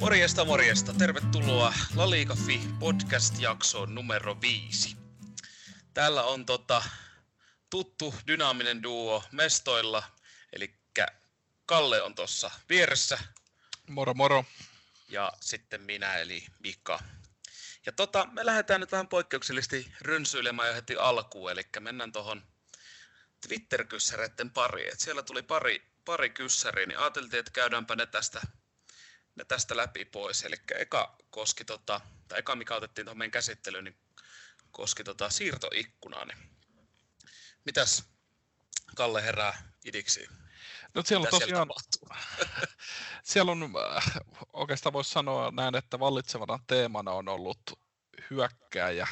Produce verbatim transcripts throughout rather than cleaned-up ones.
Morjesta, morjesta. Tervetuloa La Liga F I podcast-jaksoon numero viisi. Täällä on tota, tuttu dynaaminen duo mestoilla, eli Kalle on tuossa vieressä. Moro moro. Ja sitten minä, eli Mika. Ja tota, me lähdetään nyt vähän poikkeuksellisesti rynsyilemään jo heti alkuun, eli mennään tuohon Twitter-kyssäreiden pariin. Et siellä tuli pari, pari kyssäriä, niin ajateltiin, että käydäänpä ne tästä, ne tästä läpi pois. Eli eka koski, tota, tai eka mikä otettiin tuohon meidän käsittelyyn, niin koski tota siirtoikkunaa. Niin mitäs Kalle herää idiksi? No siellä on tosiaan, siellä on oikeastaan voisi sanoa näin, että vallitsevana teemana on ollut hyökkääjä,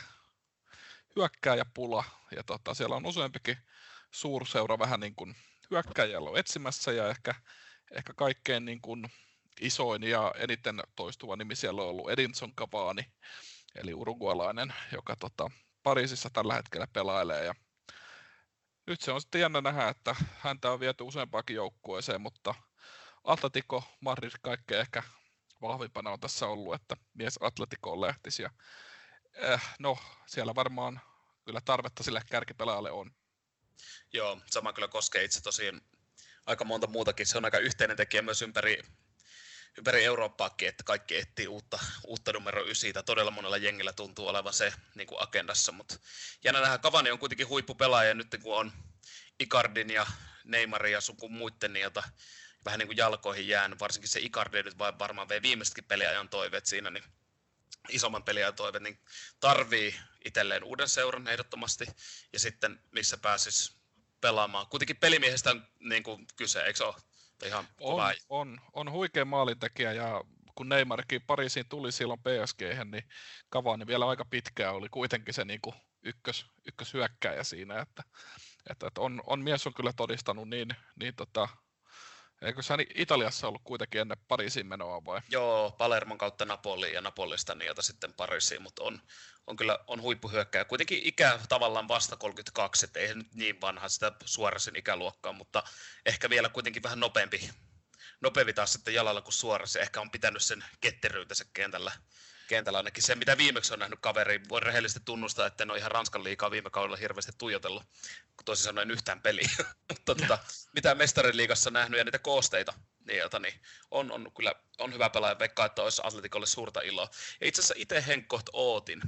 hyökkääjäpula. Ja tota, siellä on useampikin suurseura vähän niin kuin hyökkääjällä on etsimässä ja ehkä, ehkä kaikkein niin kuin isoin ja eniten toistuva nimi siellä on ollut Edinson Cavani, eli urugualainen, joka tota, Pariisissa tällä hetkellä pelailee. Ja nyt se on sitten jännä nähdä, että häntä on viety useampaakin joukkueeseen, mutta Atletico Madrid kaikkein ehkä vahvimpana on tässä ollut, että mies Atleticoon lähtisi. Ja, äh, no, siellä varmaan kyllä tarvetta sille kärkipelaajalle on. Joo, sama kyllä koskee itse tosiaan aika monta muutakin. Se on aika yhteinen tekijä myös ympäri, ympäri Eurooppaakin, että kaikki etsii uutta, uutta numero yhdeksän. Todella monella jengillä tuntuu olevan se niin kuin agendassa, mutta jännä nähdä, Cavani on kuitenkin huippupelaaja nyt kun on Icardin ja Neymarin ja sun kuin muitten, niin jota vähän niin kuin jalkoihin jäänyt, varsinkin se Icardi nyt varmaan vei viimeisetkin peliajan toiveet siinä, niin isomman peliajan toiveet, niin tarvii itselleen uuden seuran ehdottomasti, ja sitten missä pääsisi pelaamaan. Kuitenkin pelimiehestä on niin kuin kyse, eikö se ole? Ihan on, on, on huikea maalintekijä, ja kun Neymarkin Pariisiin tuli silloin P S G:hen, niin Cavani vielä aika pitkään oli kuitenkin se niin kuin ykkös, ykköshyökkääjä siinä, että, että, että on, on mies on kyllä todistanut niin, niin tota, eikö se Italiassa ollut kuitenkin ennen Pariisiin menoa vai? Joo, Palermon kautta Napoliin ja Napolista niiltä sitten Pariisiin, mutta on, on kyllä on huippuhyökkääjä. Kuitenkin ikä tavallaan vasta kolmekymmentäkaksi, että ei nyt niin vanha sitä Suoresin ikäluokkaa, mutta ehkä vielä kuitenkin vähän nopeampi, nopeampi taas sitten jalalla kuin Suores. Ehkä on pitänyt sen ketteryytensä kentällä. kentällä ainakin se, mitä viimeksi on nähnyt kaveri, voi rehellisesti tunnustaa, että en ole ihan Ranskan liigaa viime kaudella hirveästi tuijotellut, kun toisin sanoen yhtään peliä. Mutta tota, mitä Mestariliigassa nähnyt ja niitä koosteita, niin, jota, niin on, on kyllä on hyvä pelaaja, veikkaa, että olisi Atleticolle suurta iloa. Ja itse asiassa itse henkkoht ootin,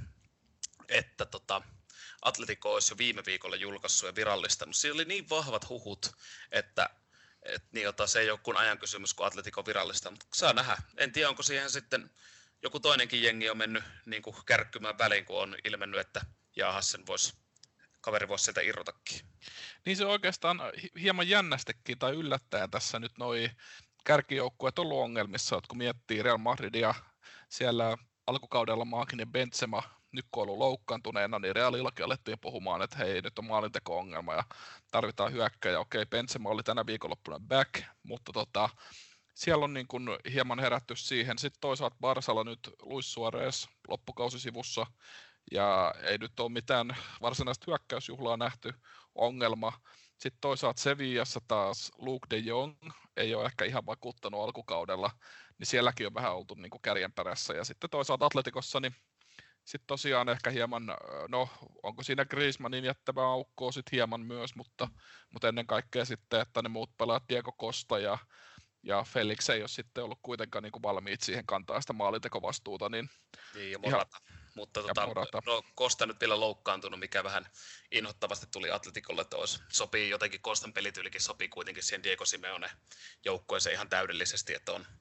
että tota, Atletico olisi jo viime viikolla julkaissut ja virallistanut. Siinä oli niin vahvat huhut, että et, niin, jota, se ei ole kuin ajan kysymys, kun Atletico virallista, mutta saa nähdä. En tiedä, onko siihen sitten joku toinenkin jengi on mennyt niin kuin kärkkymään väliin, kun on ilmennyt, että jaahas sen vois, kaveri voisi sieltä irrotakin. Niin se oikeastaan hieman jännästikin tai yllättäen tässä nyt noi kärkijoukkueet on ollut ongelmissa, että kun miettii Real Madridia, siellä alkukaudella maaginen Benzema, nyt kun on ollut loukkaantuneena, niin Realillakin alettiin puhumaan, että hei, nyt on maalinteko-ongelma ja tarvitaan hyökkäjä. Okei, Benzema oli tänä viikonloppuna back, mutta tota, siellä on niin kuin hieman herätty siihen. Sitten toisaalta Barsalla nyt Luis Suarez loppukausisivussa, ja ei nyt ole mitään varsinaista hyökkäysjuhlaa nähty ongelma. Sitten toisaalta Sevillassa taas Luke de Jong ei ole ehkä ihan vakuuttanut alkukaudella, niin sielläkin on vähän oltu niin kuin kärjen perässä. Ja sitten toisaalta Atleticossa, niin sitten tosiaan ehkä hieman, no onko siinä Griezmannin jättävä aukkoa sitten hieman myös, mutta, mutta ennen kaikkea sitten, että ne muut pelaat Diego Costa ja Ja Felix ei ole sitten ollut kuitenkaan niin kuin valmiit siihen kantaa sitä maalintekovastuuta. Niin, niin ja Morata. Ihan, mutta tota, Morata. No, Costa nyt vielä loukkaantunut, mikä vähän inhottavasti tuli Atleticolle, että olisi, sopii jotenkin, Costan pelityylikin sopii kuitenkin siihen Diego Simeone joukkueeseen ihan täydellisesti, että on,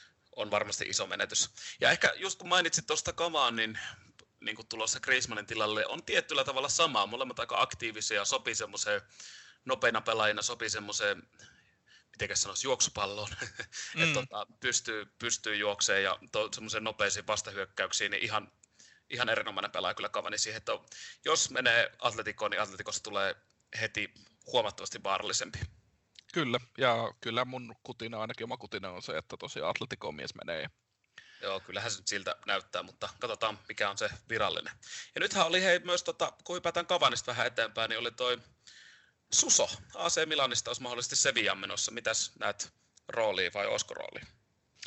on varmasti iso menetys. Ja ehkä just kun mainitsit tuosta Cavaan, niin, niin kuin tulossa Griezmannin tilalle, on tietyllä tavalla samaa. Molemmat aika aktiivisia, sopii semmoiseen nopeina pelaajina, sopii semmoiseen mitenkäs sanoisi, juoksupalloon, mm. että tota, pystyy, pystyy juokseen ja semmoisen nopeisiin vastahyökkäyksiin, niin ihan, ihan erinomainen pelaaja kyllä Cavani siihen, että jos menee Atleticoon, niin Atleticosta tulee heti huomattavasti vaarallisempi. Kyllä, ja kyllä mun kutina, ainakin oma kutina on se, että tosiaan Atleticoon mies menee. Joo, kyllähän se nyt siltä näyttää, mutta katsotaan mikä on se virallinen. Ja nythän oli hei myös, tota, kun hypätään Cavanista vähän eteenpäin, niin oli toi Suso, A C Milanista olisi mahdollisesti Sevillaan menossa. Mitäs näet roolia vai olisiko roolia?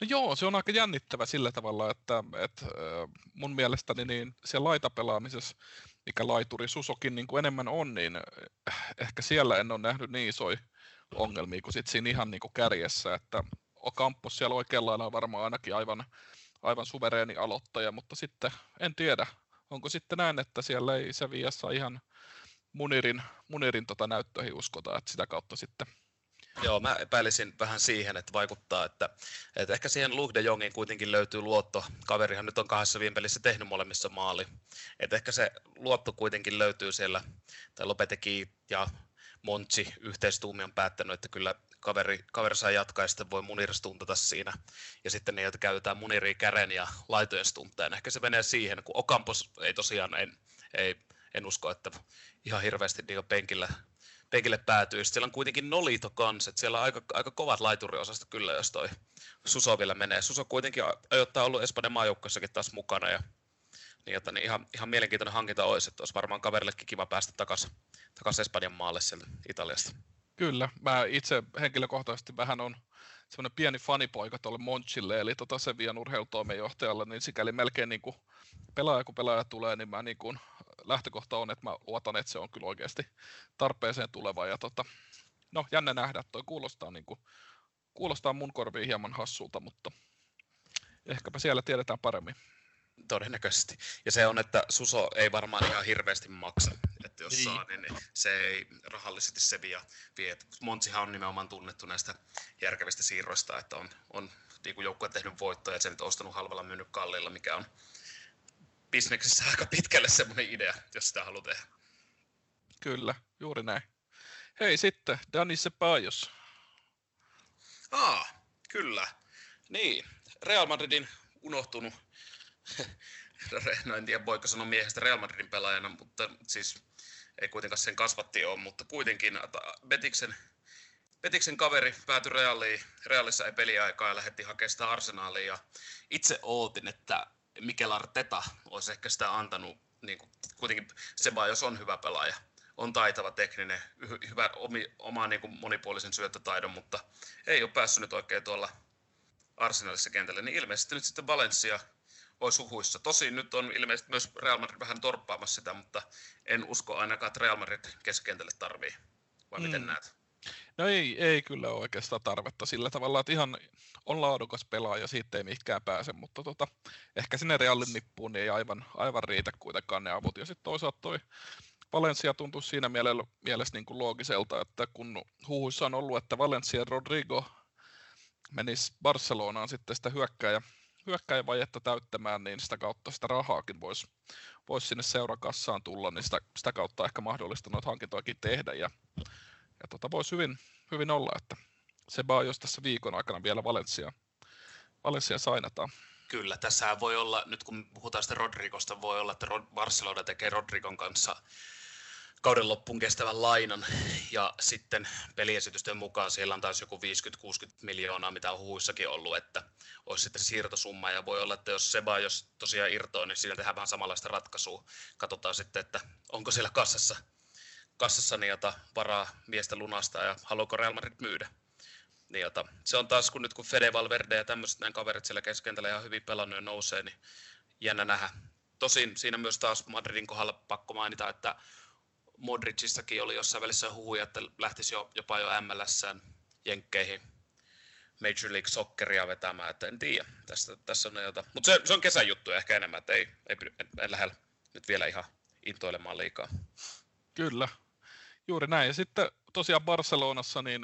No joo, se on aika jännittävä sillä tavalla, että, että mun mielestäni niin siellä laitapelaamisessa, mikä laituri Susokin niin kuin enemmän on, niin ehkä siellä en ole nähnyt niin isoja ongelmia kuin sit siinä ihan niin kuin kärjessä, että Ocampos siellä oikealla lailla on varmaan ainakin aivan, aivan suvereeni aloittaja, mutta sitten en tiedä, onko sitten näin, että siellä ei Sevillassa ihan Munirin, Munirin tota näyttöihin uskota, että sitä kautta sitten. Joo, mä epäilisin vähän siihen, että vaikuttaa, että, että ehkä siihen Luke de Jongin kuitenkin löytyy luotto. Kaverihan nyt on kahdessa viime pelissä tehnyt molemmissa maali. Että ehkä se luotto kuitenkin löytyy siellä, tai Lopetegi ja Monchi yhteistuumi on päättänyt, että kyllä kaveri, kaveri saa jatkaa ja sitten voi Munir stuntata siinä. Ja sitten niiltä käytetään Muniria kären ja laitojen stunteen. Ehkä se menee siihen, kun Ocampos ei tosiaan, en, ei, en usko, että ihan hirveästi niin penkillä penkille päätyy. Sitten siellä on kuitenkin Nolito kanssa, että siellä on aika, aika kovat laituriosasta kyllä, jos toi Suso vielä menee. Suso kuitenkin ajoittaa ollut Espanjan maajoukkueessakin taas mukana, ja niin, jota, niin ihan, ihan mielenkiintoinen hankinta olisi, että olisi varmaan kaverillekin kiva päästä takaisin takas Espanjan maalle sieltä Italiasta. Kyllä, mä itse henkilökohtaisesti vähän on semmoinen pieni fanipoika tuolle Monchille, eli tota Sevian urheilutoimenjohtajalle, niin sikäli melkein niin kuin pelaaja kun pelaaja tulee, niin mä niin kuin lähtökohta on, että mä luotan, että se on kyllä oikeasti tarpeeseen tuleva. Ja tota, no jännä nähdä, että toi kuulostaa, niin kuin, kuulostaa mun korviin hieman hassulta, mutta ehkäpä siellä tiedetään paremmin. Todennäköisesti. Ja se on, että Suso ei varmaan ihan hirveästi maksa. Että jos niin. saa, niin se ei rahallisesti se vie. vie. Montsihan on nimenomaan tunnettu näistä järkevistä siirroista, että on, on niin kuin joukkue tehnyt voittoja, että se nyt on ostanut halvalla, myynyt kalliilla, mikä on bisneksessä aika pitkälle semmoinen idea, jos sitä haluaa tehdä. Kyllä, juuri näin. Hei sitten, Dani Ceballos. Aa, kyllä. Niin, Real Madridin unohtunut, no en tiedä voiko sanoa miehestä Real Madridin pelaajana, mutta siis ei kuitenkaan sen kasvatti ole, mutta kuitenkin Betiksen, Betiksen kaveri päätyi Realiin, Realissa ei peliaikaa ja lähetti hakemaan sitä Arsenaaliin, ja itse ootin, että Mikel Arteta olisi ehkä sitä antanut, niin kuin, kuitenkin Ceballos on hyvä pelaaja, on taitava, tekninen, hyvä omi, oma niin kuin monipuolisen syöttötaidon, mutta ei ole päässyt nyt oikein tuolla Arsenalissa kentälle, niin ilmeisesti nyt sitten Valencia olisi huhuissa. Tosin nyt on ilmeisesti myös Real Madrid vähän torppaamassa sitä, mutta en usko ainakaan, että Real Madrid keskikentälle tarvii. Vai mm. miten näet? No ei, ei kyllä ole oikeastaan tarvetta sillä tavalla, että ihan on laadukas pelaaja, siitä ei mihinkään pääse, mutta tota, ehkä sinne Realin nippuun niin ei aivan, aivan riitä kuitenkaan ne avut. Ja sitten toisaalta toi Valencia tuntuu siinä mielessä niin kuin loogiselta, että kun huhuissa on ollut, että Valencia ja Rodrigo menisi Barcelonaan sitten sitä hyökkääjä, hyökkääjävajetta täyttämään, niin sitä kautta sitä rahaakin voisi vois sinne seurakassaan tulla, niin sitä, sitä kautta ehkä mahdollista noita hankintoakin tehdä. Ja, ja tota, voisi hyvin, hyvin olla, että Ceballos tässä viikon aikana vielä Valencia, Valencia sainataan. Kyllä, tässä voi olla, nyt kun puhutaan sitä Rodrigosta, voi olla, että Barcelona tekee Rodrigon kanssa kauden loppuun kestävän lainan, ja sitten peliesitysten mukaan siellä on taas joku viisikymmentä kuusikymmentä miljoonaa, mitä on huhuissakin ollut, että olisi sitten siirtosumma, ja voi olla, että jos Ceballos tosiaan irtoaa, niin siinä tehdään vähän samanlaista ratkaisua. Katsotaan sitten, että onko siellä kassassa, kassassa niin jota varaa miestä lunastaa, ja haluaako Real Madrid myydä. Niin jota, se on taas, kun nyt kun Fede Valverde ja tämmöiset näin kaverit siellä keskentällä ihan hyvin pelannut ja nousee, niin jännä nähdä. Tosin siinä myös taas Madridin kohdalla pakko mainita, että Modricistakin oli jossain välissä huhuja, että lähtisi jo, jopa jo M L S:ään jenkkeihin Major League Socceria vetämään, että en tiedä. Tässä, tässä on jota. Mutta se, se on kesän juttu ehkä enemmän, että ei, ei, en, en lähde nyt vielä ihan intoilemaan liikaa. Kyllä, juuri näin. Ja sitten tosiaan Barcelonassa niin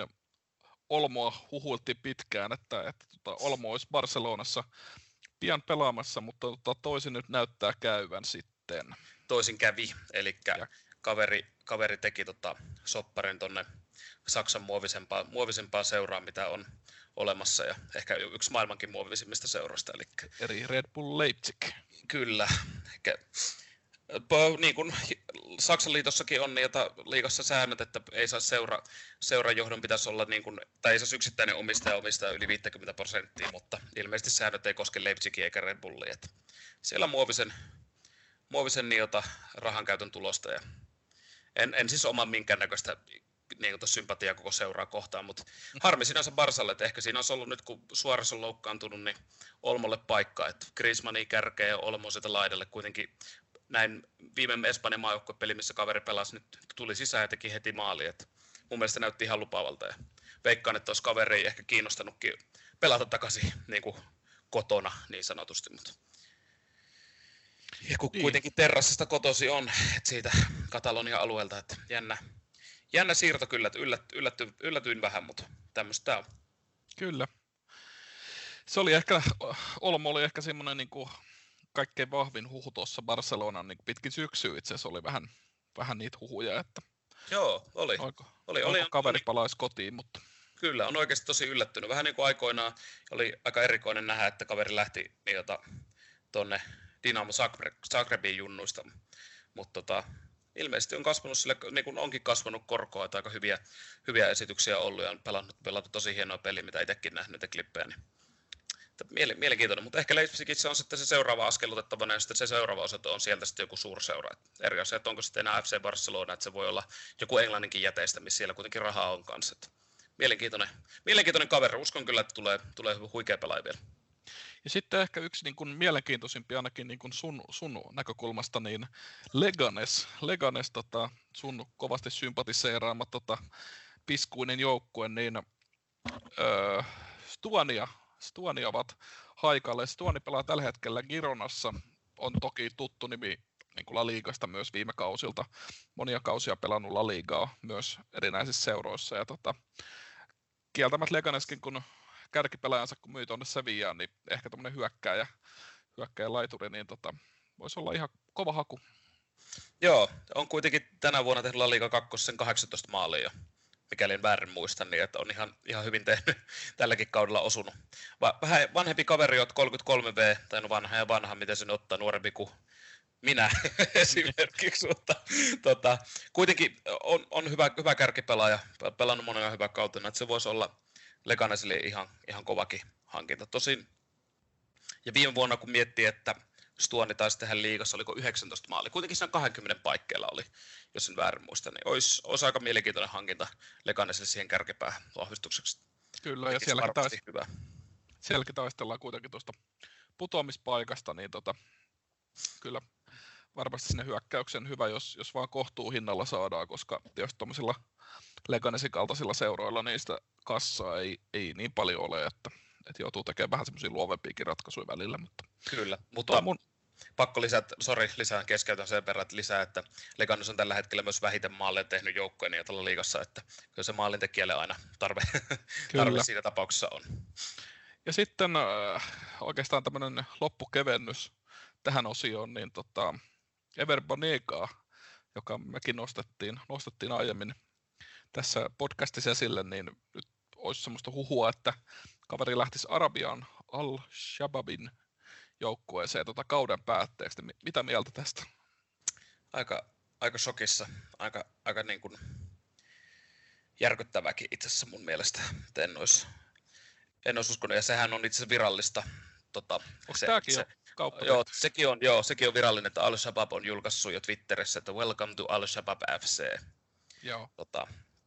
Olmoa huhuiltiin pitkään, että, että tota, Olmo olisi Barcelonassa pian pelaamassa, mutta tota, toisin nyt näyttää käyvän sitten. Toisin kävi, eli kaveri, kaveri teki tota, sopparin tuonne Saksan muovisempaa, muovisempaa seuraa, mitä on olemassa, ja ehkä yksi maailmankin muovisimmista seuroista. Eli Eri Red Bull Leipzig. Kyllä. Eikä, niin kuin Saksan liitossakin on niitä liigassa säännöt, että ei saa seura, seuran johdon pitäisi olla, niin kuin, tai ei saa yksittäinen omistaja omistaa yli viisikymmentä prosenttia, mutta ilmeisesti säännöt ei koske Leipzigia eikä Red Bullia. Että siellä on muovisen, muovisen niota rahankäytön tulosta, ja en, en siis oma minkäännäköistä niin sympatiaa koko seuraa kohtaan, mutta harmi sinänsä Barsalle, että ehkä siinä olisi ollut nyt, kun Suarez on loukkaantunut, niin Olmolle paikka, että Griezmannia kärkeä ja Olmo sieltä laidalle kuitenkin näin viime Espanjan maajoukkuepeli, missä kaveri pelasi, nyt tuli sisään ja teki heti maali, että mun mielestä näytti ihan lupaavalta ja veikkaan, että olisi kaveri ehkä kiinnostanutkin pelata takaisin niin kuin kotona niin sanotusti, mutta ja kun niin. Kuitenkin Terrassista kotosi on, että siitä Katalonian alueelta, että jännä, jännä siirto kyllä, että yllät, yllätty, yllätyin vähän, mutta tämmöistä tämä on. Kyllä. Se oli ehkä, Olmo oli ehkä semmoinen niin kuin kaikkein vahvin huhu tuossa Barcelonan niin pitkin syksyä itse asiassa oli vähän, vähän niitä huhuja, että joo, oli. Oiko, oli, oli oli kaveri oli, palaisi kotiin, mutta kyllä, on oikeasti tosi yllättynyt. Vähän niin kuin aikoinaan oli aika erikoinen nähdä, että kaveri lähti niin jota, tonne Dinamo Zagrebin junnuista, mutta tota, ilmeisesti on kasvanut sille, niin kuin onkin kasvanut korkoa, että aika hyviä, hyviä esityksiä ollut ja on pelannut, pelannut tosi hienoa peliä, mitä itsekin nähnyt niitä klippejä. Niin. Mielenkiintoinen, mutta ehkä Leipzigissä on sitten se seuraava askel otettavana ja sitten se seuraava osoite on sieltä sitten joku suurseura. Eri asia, että onko sitten enää F C Barcelona, että se voi olla joku englanninkin jäteistä, missä siellä kuitenkin rahaa on kanssa. Että mielenkiintoinen, mielenkiintoinen kaveri, uskon kyllä, että tulee, tulee huikea pelaaja vielä. Ja sitten ehkä yksi niin kuin mielenkiintoisimpi ainakin niin kuin sun, sun näkökulmasta, niin Leganes, Leganes tota, sun kovasti sympatiseeraama tota, piskuinen joukkue, niin öö, Stuania, Stuania ovat haikalle. Stuani pelaa tällä hetkellä Gironassa, on toki tuttu nimi niin kuin La Ligasta myös viime kausilta, monia kausia pelannut La Ligaa myös erinäisissä seuroissa, ja tota, kieltämättä Leganeskin, kun kärkipelaajansa kun myi tuonne Sevillaan, niin ehkä tämmöinen hyökkääjä, hyökkääjä laituri, niin tota, voisi olla ihan kova haku. Joo, on kuitenkin tänä vuonna tehnyt La Liga kaksi sen kahdeksantoista maalia jo, mikäli en väärin muista, niin että on ihan, ihan hyvin tehnyt tälläkin kaudella osunut. Va- vähän vanhempi kaveri, olet kolmekymmentäkolme vuotta, tai no vanha ja vanha, miten sen ottaa, nuorempi kuin minä esimerkiksi, mutta tota, kuitenkin on, on hyvä, hyvä kärkipelaaja, pelannut monena hyvää kautena, että se voisi olla Leganesille ihan, ihan kovakin hankinta. Tosin, ja viime vuonna kun miettii, että Stuani taisi tehdä liigassa, oliko yhdeksäntoista maali, kuitenkin siinä kaksikymmentä paikkeilla oli, jos en väärin muista, niin olisi, olisi aika mielenkiintoinen hankinta Leganesille siihen kärkipäähän vahvistukseksi. Kyllä, ja sielläkin, taist... sielläkin taistellaan kuitenkin tuosta putoamispaikasta, niin tota, kyllä varmasti sinne hyökkäyksen hyvä, jos, jos vaan kohtuu hinnalla saadaan, koska tietysti tuollaisilla Leganesin kaltaisilla seuroilla niistä kassaa ei, ei niin paljon ole, että, että joutuu tekemään vähän semmoisia luovempiakin ratkaisuja välillä. Mutta kyllä, mutta mun... pakko lisätä, sori, lisään keskeytän sen verran, että lisää, että Leganes on tällä hetkellä myös vähiten maaleja tehnyt joukkojen ja tällä liigassa, että kyllä se maalintekijälle aina tarve, tarve siinä tapauksessa on. Ja sitten äh, oikeastaan tämmöinen loppukevennys tähän osioon, niin tota, Ever Banega, joka mekin nostettiin, nostettiin aiemmin tässä podcastissa esille, niin nyt olisi semmoista huhua, että kaveri lähtisi Arabian Al-Shababin joukkueeseen tota kauden päätteeksi. Mitä mieltä tästä? Aika, aika shokissa, aika, aika niin kuin järkyttäväkin itse asiassa mun mielestä. En olisi, en olisi uskonut, ja sehän on itse asiassa virallista. Tota, Onko se, tämäkin se, jo kauppa? Joo, sekin on, joo, sekin on virallinen, että Al-Shabab on julkaissut jo Twitterissä, että Welcome to Al-Shabab F C. Joo. Tota,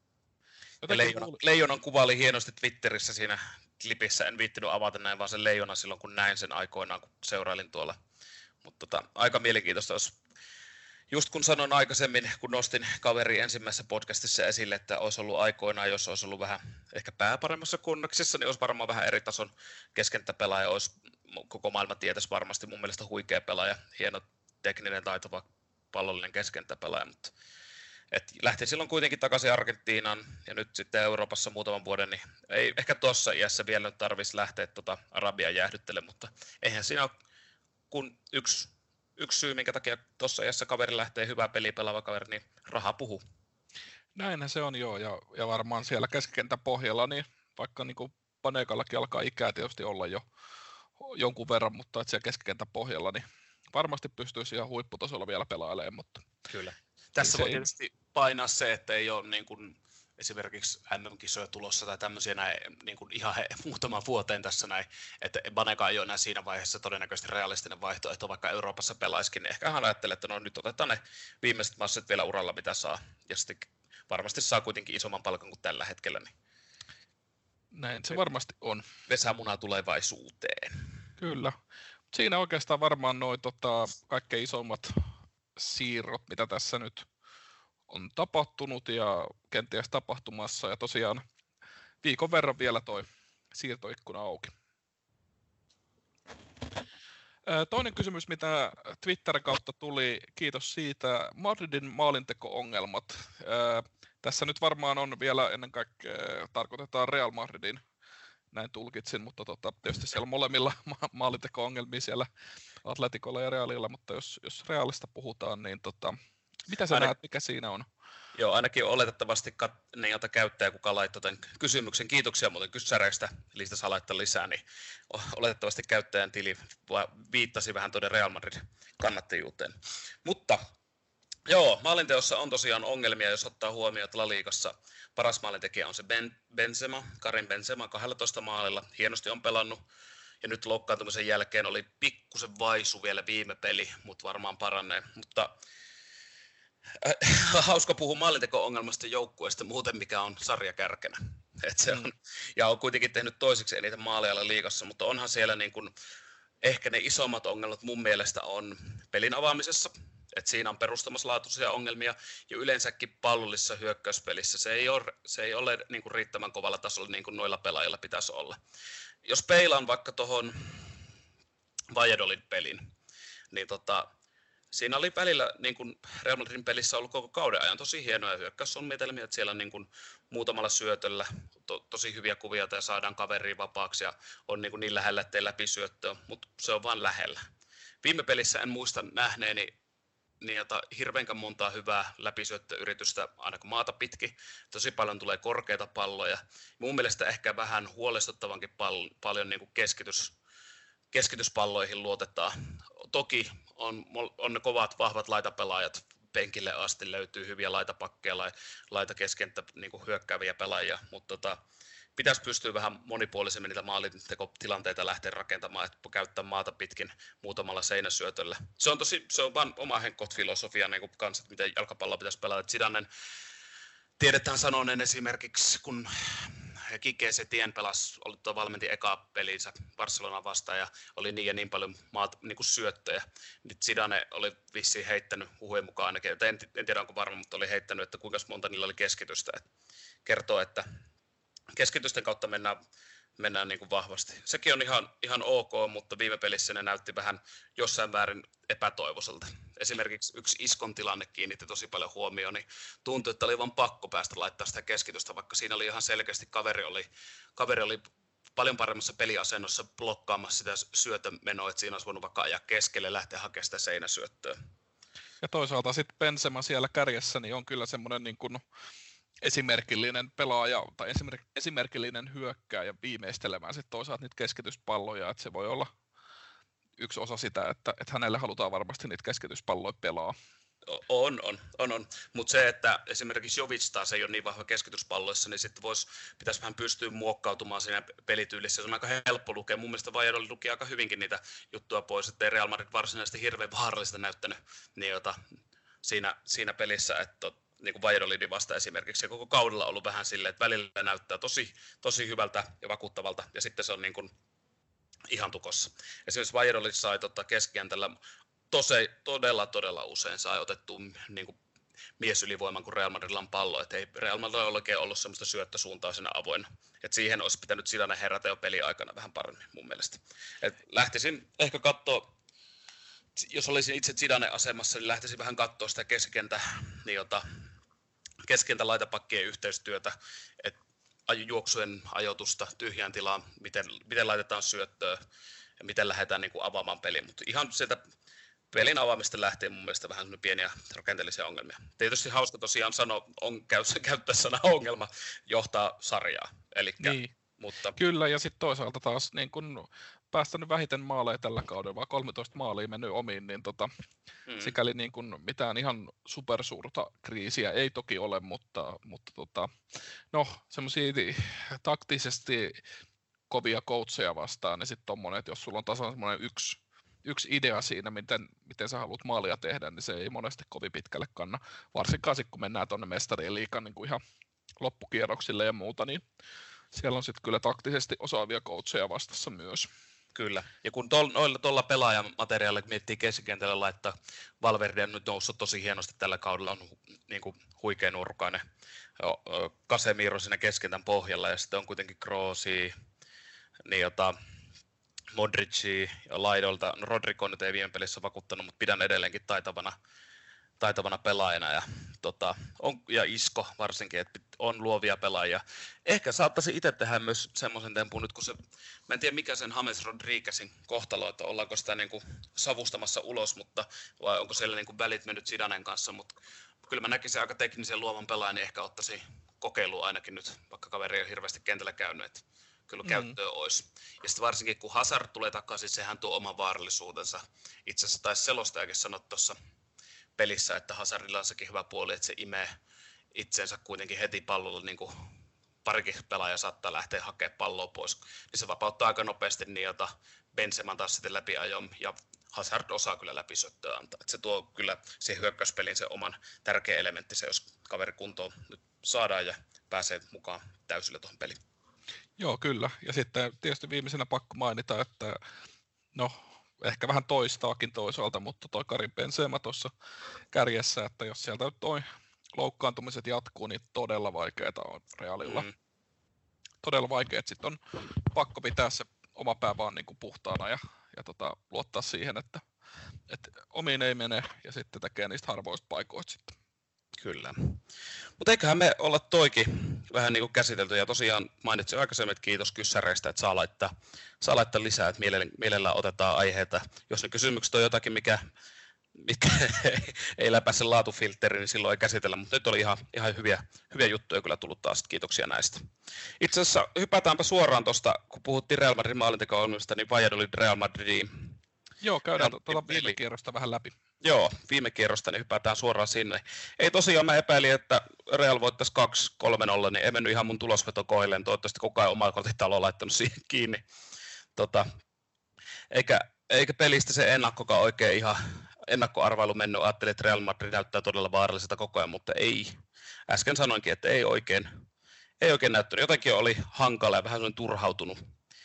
Leijona, Leijonan kuva oli hienosti Twitterissä siinä klipissä, en viittinyt avata näin vaan sen Leijona silloin, kun näin sen aikoinaan, kun seurailin tuolla. Mutta tota, aika mielenkiintoista olisi, just kun sanoin aikaisemmin, kun nostin kaveri ensimmäisessä podcastissa esille, että olisi ollut aikoinaan, jos olisi ollut vähän ehkä pääparemmassa kunnoksessa, niin olisi varmaan vähän eri tason keskenttäpelaaja, olisi koko maailma tietäisi varmasti mun mielestä huikea pelaaja, hieno tekninen taitava pallollinen keskenttäpelaaja, mutta et lähti silloin kuitenkin takaisin Argentiinaan ja nyt sitten Euroopassa muutaman vuoden, niin ei ehkä tuossa iässä vielä nyt tarvitsisi lähteä tuota Arabian jäähdyttelemään, mutta eihän siinä ole kun yksi, yksi syy, minkä takia tuossa iässä kaveri lähtee hyvää peliä pelaava kaveri, niin raha puhuu. Näinhän se on joo, ja, ja varmaan siellä keskikentän pohjalla, niin vaikka niin kuin Banegalakin alkaa ikää tietysti olla jo jonkun verran, mutta että siellä keskikentän pohjalla, niin varmasti pystyisi ihan huipputasolla vielä pelailemaan, mutta kyllä. Tässä voi tietysti painaa se, että ei ole niin kuin esimerkiksi M M-kisoja tulossa tai tämmöisiä näin, niin kuin ihan he, muutaman vuoteen tässä näin, että Banega ei ole enää siinä vaiheessa todennäköisesti realistinen vaihtoehto, vaikka Euroopassa pelaisikin, niin ehkä hän ajattelee, että no nyt otetaan ne viimeiset massit vielä uralla, mitä saa, ja sitten varmasti saa kuitenkin isomman palkan kuin tällä hetkellä. Niin näin se varmasti on. Vesamuna tulevaisuuteen. Kyllä. Siinä oikeastaan varmaan noin tota, kaikkein isommat siirrot, mitä tässä nyt on tapahtunut ja kenties tapahtumassa. Ja tosiaan viikon verran vielä toi siirtoikkuna auki. Toinen kysymys, mitä Twitterin kautta tuli, kiitos siitä, Madridin maalinteko-ongelmat. Tässä nyt varmaan on vielä ennen kaikkea, tarkoitetaan Real Madridin, näin tulkitsin, mutta tota, tietysti siellä on molemmilla ma- maalinteko-ongelmia siellä Atleticolla ja Realilla, mutta jos, jos Realista puhutaan, niin tota, mitä sä Aina... näet, mikä siinä on? Joo, ainakin oletettavasti kat- niiltä käyttäjä, kuka laittoi tämän kysymyksen, kiitoksia muuten kysäreistä, eli sitä saa laittaa lisää, niin oletettavasti käyttäjän tili viittasi vähän tuonne Real Madridin kannattajuuteen. Mutta joo, maalinteossa on tosiaan ongelmia, jos ottaa huomioon, että La Ligassa paras maalintekijä on se ben- Benzema, Karim Benzema kaksitoista maalilla, hienosti on pelannut, ja nyt loukkaantumisen jälkeen oli pikkusen vaisu vielä viime peli, mutta varmaan paranee, mutta hauska puhua maalinteko-ongelmasta joukkueesta muuten, mikä on sarjakärkenä. Et se on, ja on kuitenkin tehnyt toiseksi eniten maaleja liigassa, mutta onhan siellä niin kuin, ehkä ne isommat ongelmat mun mielestä on pelin avaamisessa. Et siinä on perustamaslaatuisia ongelmia ja yleensäkin pallollisessa hyökkäyspelissä se ei ole, se ei ole niin kuin riittävän kovalla tasolla niin kuin noilla pelaajilla pitäisi olla. Jos peilaan vaikka tuohon Valladolid pelin, niin tota, siinä oli välillä niin kuin Real Madridin pelissä ollut koko kauden ajan tosi hienoja hyökkäyssuunnitelmia, että siellä on niin kuin muutamalla syötöllä to, tosi hyviä kuvia ja saadaan kaveriin vapaaksi ja on niin, kuin niin lähellä, ettei läpi syöttöä, mutta se on vain lähellä. Viime pelissä en muista nähneeni niin jota hirveänkään montaa hyvää läpisyöttöyritystä aina kun maata pitkin. Tosi paljon tulee korkeita palloja. Mun mielestä ehkä vähän huolestuttavankin pal- paljon niin kuin keskitys, keskityspalloihin luotetaan. Toki on, on ne kovat, vahvat laitapelaajat penkille asti, löytyy hyviä laitapakkeja, laita keskenttä niin kuin hyökkääviä pelaajia, mutta tota, pitäisi pystyä vähän monipuolisemmin niitä maalintekotilanteita lähteä rakentamaan, että käyttää maata pitkin muutamalla seinäsyötöllä. Se on tosi, se on vaan oma henkot-filosofia niin kuin kanssa, että miten jalkapalloa pitäisi pelata. Zidanen tiedetään sanoneen esimerkiksi, kun Kike Setien pelasi, oli tuo valmenti eka pelinsä Barcelona vastaan ja oli niin ja niin paljon maata, niin kuin syöttöjä. Nyt Zidane oli vissiin heittänyt huhujen mukaan ainakin, en, en tiedä onko varma, mutta oli heittänyt, että kuinka monta niillä oli keskitystä. Et kertoo, että keskitysten kautta mennään, mennään niin kuin vahvasti. Sekin on ihan, ihan ok, mutta viime pelissä ne näytti vähän jossain väärin epätoivoiselta. Esimerkiksi yksi Iskon tilanne kiinnitti tosi paljon huomioon, niin tuntui, että oli vaan pakko päästä laittaa sitä keskitystä, vaikka siinä oli ihan selkeästi kaveri oli, kaveri oli paljon paremmassa peliasennossa blokkaamassa sitä syötömenoa, että siinä olisi voinut vaikka ajaa keskelle ja lähteä hakemaan sitä seinäsyöttöä. Ja toisaalta sitten Benzema siellä kärjessä niin on kyllä semmoinen niin kuin esimerkillinen pelaaja tai esimerkillinen hyökkääjä viimeistelemään sitten toisaalta niitä keskityspalloja, että se voi olla yksi osa sitä, että, että hänelle halutaan varmasti niitä keskityspalloja pelaa. On, on, on, on. Mutta se, että esimerkiksi Jovic taas ei ole niin vahva keskityspalloissa, niin sitten vois, pitäisi vähän pystyä muokkautumaan siinä pelityylissä. Se on aika helppo lukea. Mun mielestä Valladolid luki aika hyvinkin niitä juttuja pois, ettei Real Madrid varsinaisesti hirveän vaarallista näyttänyt niin jota, siinä, siinä pelissä, että niin kuin Valladolidin vasta esimerkiksi, ja koko kaudella on ollut vähän silleen, että välillä näyttää tosi, tosi hyvältä ja vakuuttavalta, ja sitten se on niin kuin ihan tukossa. Esimerkiksi Valladolid sai tota keskikentällä tosi, todella, todella usein sai otettua niin kuin miesylivoiman, kun Real Madridilla on pallo, että ei Real Madridilla ole oikein ollut sellaista syöttösuuntaa siinä avoinna. Et siihen olisi pitänyt Zidane herätä jo peliaikana vähän paremmin mun mielestä. Et lähtisin ehkä katsoa, jos olisin itse Zidanen asemassa, niin lähtisin vähän katsoa sitä keskikentä, niin jota, keskentä laitapakkien yhteistyötä, että juoksujen ajoitusta tyhjään tilaan, miten, miten laitetaan syöttöä ja miten lähdetään niin kuin avaamaan peliä. Mutta ihan sieltä pelin avaamista lähtee mun mielestä vähän pieniä rakenteellisia ongelmia. Tietysti hauska tosiaan sanoa, on, käyttää sana ongelma, johtaa sarjaa. Elikkä, niin. mutta... Kyllä, ja sitten toisaalta taas niin kun päästänyt vähiten maaleja tällä kaudella, vaan kolmetoista maalia mennyt omiin, niin tota, hmm. sikäli niin kun mitään ihan supersuurta kriisiä ei toki ole, mutta, mutta tota, no semmoisia taktisesti kovia coacheja vastaan, niin sitten tommonen, että jos sulla on tasan semmoinen yksi yksi idea siinä, miten, miten sä haluat maalia tehdä, niin se ei monesti kovin pitkälle kanna. Varsinkaan sitten, kun mennään tuonne mestarien liigaan niin kuin ihan loppukierroksille ja muuta, niin siellä on sitten kyllä taktisesti osaavia coacheja vastassa myös. Kyllä, ja kun tuolla tol, pelaajan materiaalilla miettii keskikentällä laittaa, Valverde on nyt noussut tosi hienosti tällä kaudella, on niin kuin huikea nurkainen Casemiro siinä keskentän pohjalla, ja sitten on kuitenkin Kroosia, niin jota, Modricia ja laidolta. No Rodrigo nyt ei viime pelissä vakuuttanut, mutta pidän edelleenkin taitavana, taitavana pelaajana. Ja, tota, on, ja Isco varsinkin, että on luovia pelaajia. Ehkä saattaisi itse tehdä myös semmoisen tempun nyt, kun se, mä en tiedä mikä sen James Rodriguezin kohtalo, että ollaanko sitä niin kuin savustamassa ulos, mutta vai onko siellä niin kuin välit mennyt Zidanen kanssa, mutta kyllä mä näkisin aika teknisen luovan pelaajan, niin ehkä ottaisi kokeilua ainakin nyt, vaikka kaveri ei ole hirveästi kentällä käynyt, että kyllä käyttöä mm. olisi. Ja sitten varsinkin kun Hazard tulee takaisin, sehän tuo oman vaarallisuutensa. Itse asiassa taisi selostajakin sanoa tuossa pelissä, että Hazardilla on sekin hyvä puoli, että se imee itsensä kuitenkin heti pallolla, niin kuin parikin pelaaja saattaa lähteä hakemaan palloa pois. Niin se vapauttaa aika nopeasti niin, jota Benzeman taas sitten läpi ajoon, ja Hazard osaa kyllä läpi syöttöä antaa. Et se tuo kyllä siihen hyökkäyspeliin se oman tärkeä elementti, se jos kaveri kuntoon nyt saadaan ja pääsee mukaan täysillä tuohon peliin. Joo, kyllä. Ja sitten tietysti viimeisenä pakko mainita, että no ehkä vähän toistaakin toisaalta, mutta toi Karim Benzema tuossa kärjessä, että jos sieltä nyt toi loukkaantumiset jatkuu, niin todella vaikeita on Realilla. Mm. Todella vaikeet. Sitten on pakko pitää se oma pää vaan niin kuin puhtaana ja, ja tota, luottaa siihen, että, että omiin ei mene ja sitten tekee niistä harvoista paikoista sitten. Kyllä. Mutta eiköhän me olla toikin vähän niin kuin käsitelty, ja tosiaan mainitsin aikaisemmin, että kiitos kyssäreistä, että saa laittaa, saa laittaa lisää, että mielellään otetaan aiheita. Jos ne kysymykset on jotakin, mikä, mikä ei läpä sen laatufiltteri, niin silloin ei käsitellä, mutta nyt oli ihan, ihan hyviä, hyviä juttuja kyllä tullut taas, kiitoksia näistä. Itse asiassa hypätäänpä suoraan tuosta, kun puhuttiin Real Madridin maalinteko-ongelmista, niin Valladolid Real Madridiin. Joo, käydään tuota viime kierrosta vähän läpi. Joo, viime kierrosta, niin hypätään suoraan sinne. Ei tosiaan, mä epäilin, että Real voittaisi kaksi kolme nolla, niin ei mennyt ihan mun tulosveto kohdilleen. Toivottavasti koko ajan omaa kotitaloa on laittanut siihen kiinni. Tota, eikä, eikä pelistä se ennakkokaan oikein ihan ennakkoarvailu mennyt. Ajattelin, että Real Madrid näyttää todella vaaralliselta koko ajan, mutta ei. Äsken sanoinkin, että ei oikein, ei oikein näyttänyt. Jotenkin oli hankala ja vähän sellainen turhautunut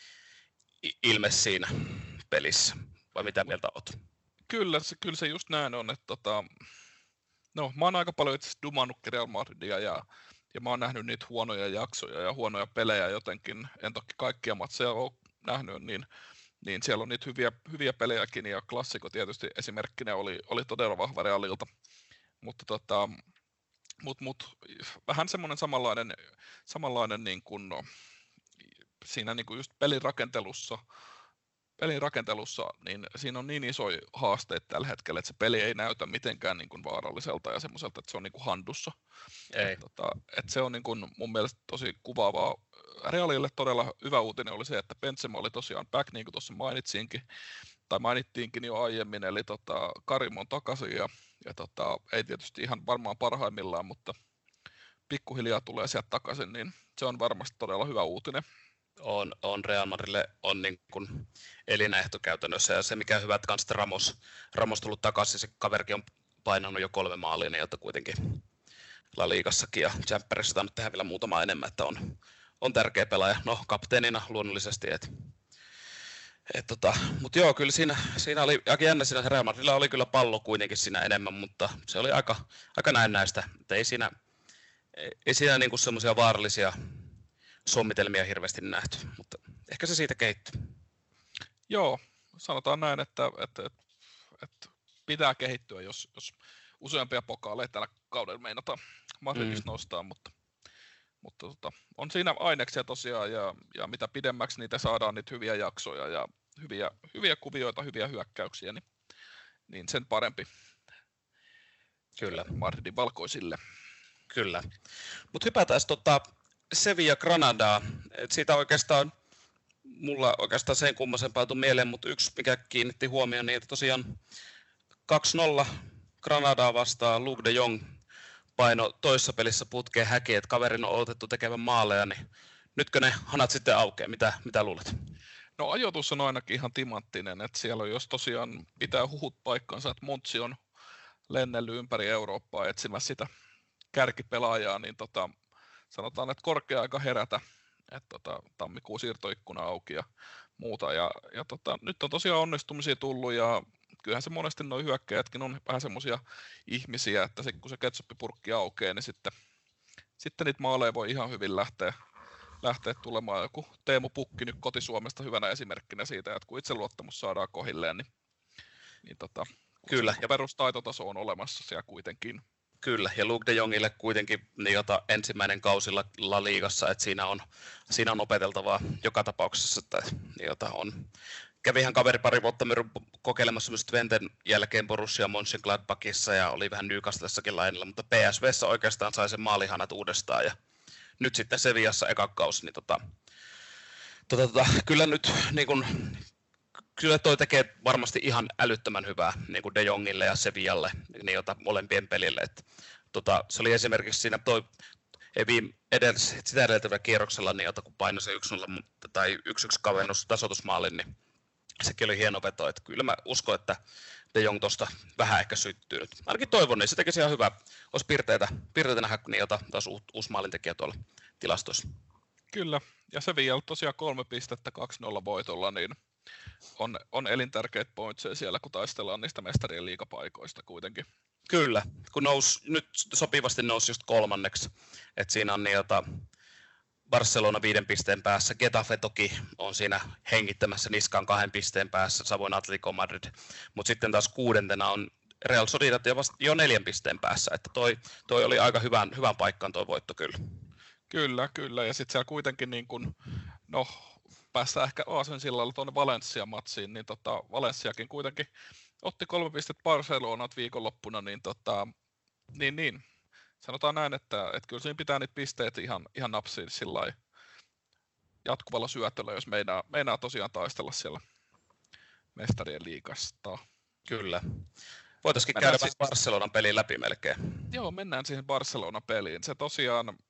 ilme siinä pelissä. Vai mitä mieltä olet? Kyllä se, kyllä se just näin on, että tota, no, mä oon aika paljon itse asiassa dumannutkin Real Madridia ja, ja mä oon nähnyt niitä huonoja jaksoja ja huonoja pelejä jotenkin, en toki kaikkia matseja ole nähnyt, niin, niin siellä on niitä hyviä, hyviä pelejäkin ja klassikko tietysti esimerkkinä oli, oli todella vahva Realilta, mutta tota, mut, mut, vähän semmoinen samanlainen, samanlainen niin kuin, no, siinä niin kuin just pelin rakentelussa, pelin rakentelussa, niin siinä on niin isoja haasteita tällä hetkellä, että se peli ei näytä mitenkään niin kuin vaaralliselta ja semmoiselta, että se on niin kuin handussa. Ei. Et, tota, et se on niin kuin mun mielestä tosi kuvaavaa. Realille todella hyvä uutinen oli se, että Benzema oli tosiaan back, niin kuin tuossa mainitsinkin, tai mainittiinkin jo aiemmin, eli tota, Karim on takaisin ja, ja tota, ei tietysti ihan varmaan parhaimmillaan, mutta pikkuhiljaa tulee sieltä takaisin, niin se on varmasti todella hyvä uutinen. On, on Real Madridille on niin kuin elinehto käytännössä, ja se mikä hyvä, että kanssa Ramos, Ramos tullut takaisin, se kaverikin on painanut jo kolme maalia, niin jota kuitenkin La Ligassakin ja Championsissa tainnut tehdä vielä muutama enemmän, että on, on tärkeä pelaaja, no kapteenina luonnollisesti, et, et tota, mutta joo, kyllä siinä, siinä oli aika jännä, siinä Real Madridilla oli kyllä pallo kuitenkin siinä enemmän, mutta se oli aika, aika näennäistä, että ei siinä, ei siinä niinku semmoisia vaarallisia sommitelmia hirveästi nähty, mutta ehkä se siitä kehittyy. Joo, sanotaan näin, että, että, että, että pitää kehittyä, jos, jos useampia pokaaleja tällä kaudella meinataan Madridissa mm. nostaa, mutta, mutta tota, on siinä aineksia tosiaan, ja, ja mitä pidemmäksi niitä saadaan, niitä hyviä jaksoja ja hyviä, hyviä kuvioita, hyviä hyökkäyksiä, niin, niin sen parempi. Kyllä. Madridin valkoisille. Kyllä. Mutta hypätään tota Sevilla Granadaa. Et siitä oikeastaan mulla oikeastaan sen kummosempaa tuu mieleen, mutta yksi mikä kiinnitti huomioon, niin että tosiaan kaksi nolla Granadaa vastaan Luuk de Jong paino toissa pelissä putkeen häkiin, että kaverin on odotettu tekemään maaleja, niin nytkö ne hanat sitten aukeaa? Mitä, mitä luulet? No ajoitus on ainakin ihan timanttinen, että siellä on, jos tosiaan pitää huhut paikkansa, että Montsi on lennellyt ympäri Eurooppaa etsimässä sitä kärkipelaajaa, niin tota, sanotaan, että korkea aika herätä, että tota, tammikuun siirtoikkuna auki ja muuta. Ja, ja tota, nyt on tosiaan onnistumisia tullut ja kyllähän se monesti nuo hyökkäjätkin on vähän semmoisia ihmisiä, että se, kun se ketsuppipurkki aukeaa, niin sitten, sitten niitä maaleja voi ihan hyvin lähteä, lähteä tulemaan. Joku Teemu Pukki nyt koti-Suomesta hyvänä esimerkkinä siitä, että kun itseluottamus saadaan kohilleen, niin, niin tota, kyllä. Ja perustaitotaso on olemassa siellä kuitenkin. Kyllä, ja Luuk de Jongille kuitenkin niin jota ensimmäinen kausi La, La Ligassa, että siinä on, siinä on opeteltavaa joka tapauksessa, että niin jota on. Kävihän kaveri pari vuotta kokeilemassa myös Twenten jälkeen Borussia Mönchengladbachissa ja oli vähän Newcastlessakin lainilla, mutta P S V:ssä oikeastaan sai sen maalihanat uudestaan ja nyt sitten Sevillassa eka kausi, niin tota, tota, tota, kyllä nyt niin kun, kyllä toi tekee varmasti ihan älyttömän hyvää niin kuin De Jongille ja Sevillalle, niin jota molempien pelille. Et, tota, se oli esimerkiksi siinä toi, ei viime, edes, sitä edeltävällä kierroksella, niin jota kun painoi se yksi nolla tai yksi yksi kavennus tasoitusmaalin, niin sekin oli hieno veto. Et kyllä mä uskon, että De Jong tuosta vähän ehkä syttyy nyt. Ainakin toivon, niin se tekisi ihan hyvää. Olisi piirteitä, piirteitä nähdä, niin jota taas u, uusi maalintekijä tuolla tilastoissa. Kyllä, ja Sevilla tosiaan kolme pistettä kaksi nolla voitolla, niin on, on elintärkeitä pointseja siellä, kun taistellaan niistä mestarien liigapaikoista kuitenkin. Kyllä, kun nous, nyt sopivasti nousi just kolmanneksi, että siinä on niitä Barcelona viiden pisteen päässä, Getafe toki on siinä hengittämässä niskaan kahden pisteen päässä, samoin Atletico Madrid, mutta sitten taas kuudentena on Real Sociedad jo, vasta, jo neljän pisteen päässä, että toi, toi oli aika hyvän, hyvän paikkaan toi voitto kyllä. Kyllä, kyllä, ja sitten siellä kuitenkin niin kun, no päästään ehkä Aasen sillalla tuonne Valencia-matsiin, niin tota, Valenciakin kuitenkin otti kolme pistettä Barcelonat viikonloppuna, niin, tota, niin, niin sanotaan näin, että, että kyllä siinä pitää niitä pisteitä ihan, ihan napsia sillä jatkuvalla syötöllä, jos meinaa, meinaa tosiaan taistella siellä mestarien liigasta. Kyllä. Voitaisiin käydä siis Barcelonan peliin läpi melkein. Joo, mennään siihen Barcelona-peliin. Se tosiaan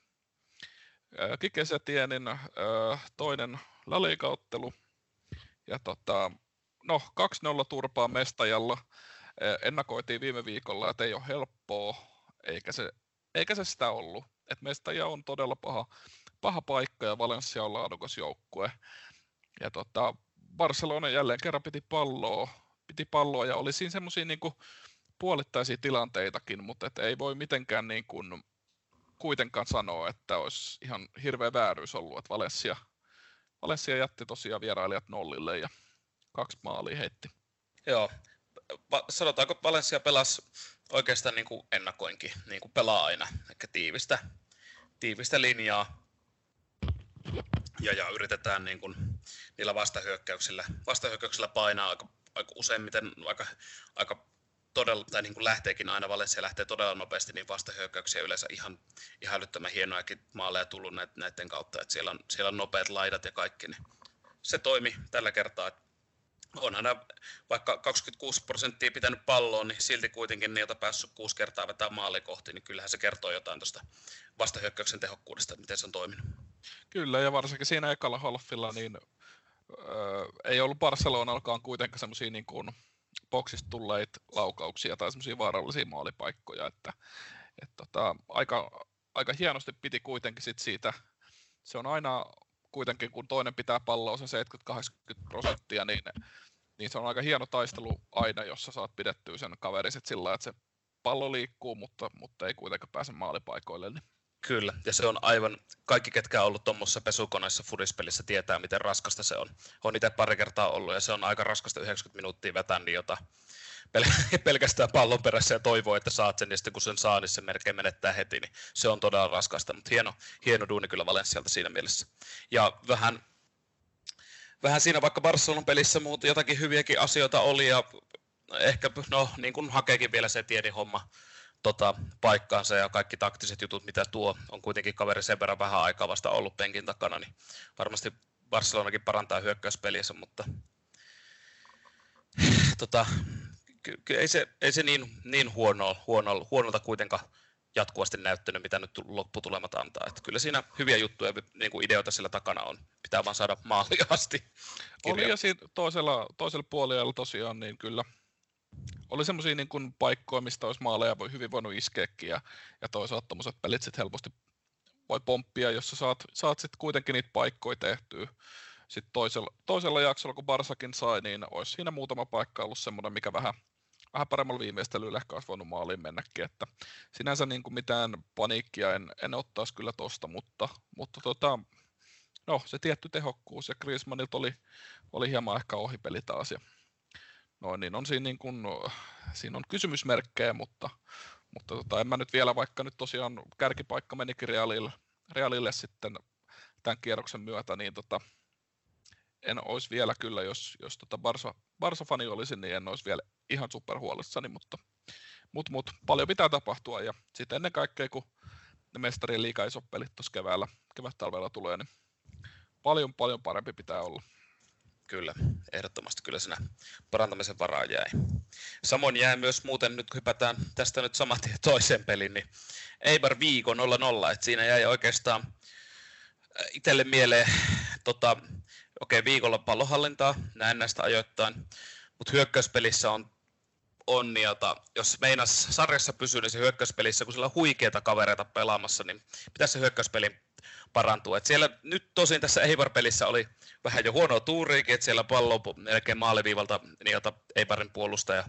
Kike Setienin toinen La Liga-ottelu. Ja tota, no, kaksi nolla turpaa Mestajalla. Ennakoitiin viime viikolla, että ei ole helppoa, eikä se, eikä se sitä ollut. Et Mestaja on todella paha, paha paikka ja Valencia on laadukas joukkue. Ja tota, Barcelona jälleen kerran piti palloa, piti palloa ja oli siinä semmoisia niinku puolittaisia tilanteitakin, mutta et ei voi mitenkään niin kuin kuitenkaan sanoa, että olisi ihan hirveä vääryys ollut, että Valencia, Valencia jätti tosiaan vierailijat nollille ja kaksi maalia heitti. Joo, Va- sanotaanko Valencia pelasi oikeastaan niin kuin ennakoinkin, niin kuin pelaa aina, eli tiivistä, tiivistä linjaa ja, ja yritetään niin kuin niillä vastahyökkäyksillä, vastahyökkäyksillä painaa aika, aika useimmiten aika, aika todella, tai niin kuin lähteekin aina, Valencia lähtee todella nopeasti, niin vastahyökkäyksiä yleensä ihan, ihan älyttömän hienoakin maaleja tullut näiden kautta, että siellä on, siellä on nopeat laidat ja kaikki, niin se toimi tällä kertaa. Onhan nämä, vaikka kaksikymmentäkuusi prosenttia pitänyt palloon, niin silti kuitenkin niiltä päässyt kuusi kertaa vetää maaliin kohti, niin kyllähän se kertoo jotain tuosta vastahyökkäyksen tehokkuudesta, miten se on toiminut. Kyllä, ja varsinkin siinä ekalla halfilla, niin öö, ei ollut Barcelonalkaan kuitenkaan semmoisia niin kuin boksista tulleita laukauksia tai semmoisia vaarallisia maalipaikkoja, että et tota, aika, aika hienosti piti kuitenkin sit siitä, se on aina kuitenkin kun toinen pitää palloa sen seitsemänkymmentä kahdeksankymmentä prosenttia, niin, niin se on aika hieno taistelu aina, jossa saat pidettyä sen kaveriset sillä, että se pallo liikkuu, mutta, mutta ei kuitenkaan pääse maalipaikoille. Niin. Kyllä, ja se on aivan, kaikki ketkä on ollut tuommoisessa pesukoneessa fudispelissä tietää, miten raskasta se on. Olen itse pari kertaa ollut, ja se on aika raskasta yhdeksänkymmentä minuuttia vetää, niin jota pel- pelkästään pallon perässä ja toivoo, että saat sen, ja sitten kun sen saa, niin se melkein menettää heti, niin se on todella raskasta, mutta hieno, hieno duuni kyllä Valencialta siinä mielessä. Ja vähän, vähän siinä vaikka Barcelonan pelissä muuta jotakin hyviäkin asioita oli, ja ehkä no, niin kuin hakeekin vielä se tiedin homma, Tota, paikkaansa ja kaikki taktiset jutut, mitä tuo, on kuitenkin kaveri sen verran vähän aikaa vasta ollut penkin takana, niin varmasti Barcelonakin parantaa hyökkäyspeliänsä, mutta tota, ky- ky- ei se, ei se niin, niin huono, huono, huonolta kuitenkaan jatkuvasti näyttänyt, mitä nyt lopputulemat antaa. Että kyllä siinä hyviä juttuja, niin kuin ideoita sillä takana on. Pitää vaan saada maaliin asti. Oli ja siinä toisella, toisella puolella tosiaan niin kyllä oli semmoisia niin kuin paikkoja, mistä olisi maaleja voi hyvin voinut iskeäkin ja, ja toisaalta tommoset pelit sitten helposti voi pomppia, jos sä saat, saat sitten kuitenkin niitä paikkoja tehtyä. Sitten toisella, toisella jaksolla, kun Barsakin sai, niin olisi siinä muutama paikka ollut semmoinen, mikä vähän, vähän paremmalla viimeistelyllä ehkä olisi voinut maaliin mennäkin. Että sinänsä niin kuin mitään paniikkia en, en ottaisi kyllä tosta, mutta, mutta tota, no, se tietty tehokkuus ja Griezmannilta oli, oli hieman ehkä ohipeli taas. Ja noin, niin on siinä, niin kuin, siinä on kysymysmerkkejä, mutta, mutta tota, en mä nyt vielä, vaikka nyt tosiaan kärkipaikka menikin Realille, Realille sitten tämän kierroksen myötä, niin tota, en olisi vielä kyllä, jos, jos tota Barsa, Barsa-fani olisin, niin en olisi vielä ihan superhuolissani, mutta mut, mut, paljon pitää tapahtua ja sitten ennen kaikkea, kun ne mestarien liiga isot pelit tuossa keväällä, kevät-talvella tulee, niin paljon paljon parempi pitää olla. Kyllä, ehdottomasti kyllä siinä parantamisen varaa jäi. Samoin jäi myös muuten, nyt kun hypätään tästä nyt saman tien toiseen peliin, niin Eibar Viikko nolla nolla, että siinä jäi oikeastaan itselle mieleen, tota, okei, viikolla pallohallintaa, näin näistä ajoittain, mutta hyökkäyspelissä on onniota. Jos meinas sarjassa pysyy, niin se hyökkäyspelissä, kun siellä on huikeita kavereita pelaamassa, niin pitäisi se hyökkäyspeli parantua. Et siellä nyt tosin tässä Eibar-pelissä oli vähän jo huonoa tuuriikin, että siellä pallo melkein maaliviivalta niiltä Eibarin puolustaja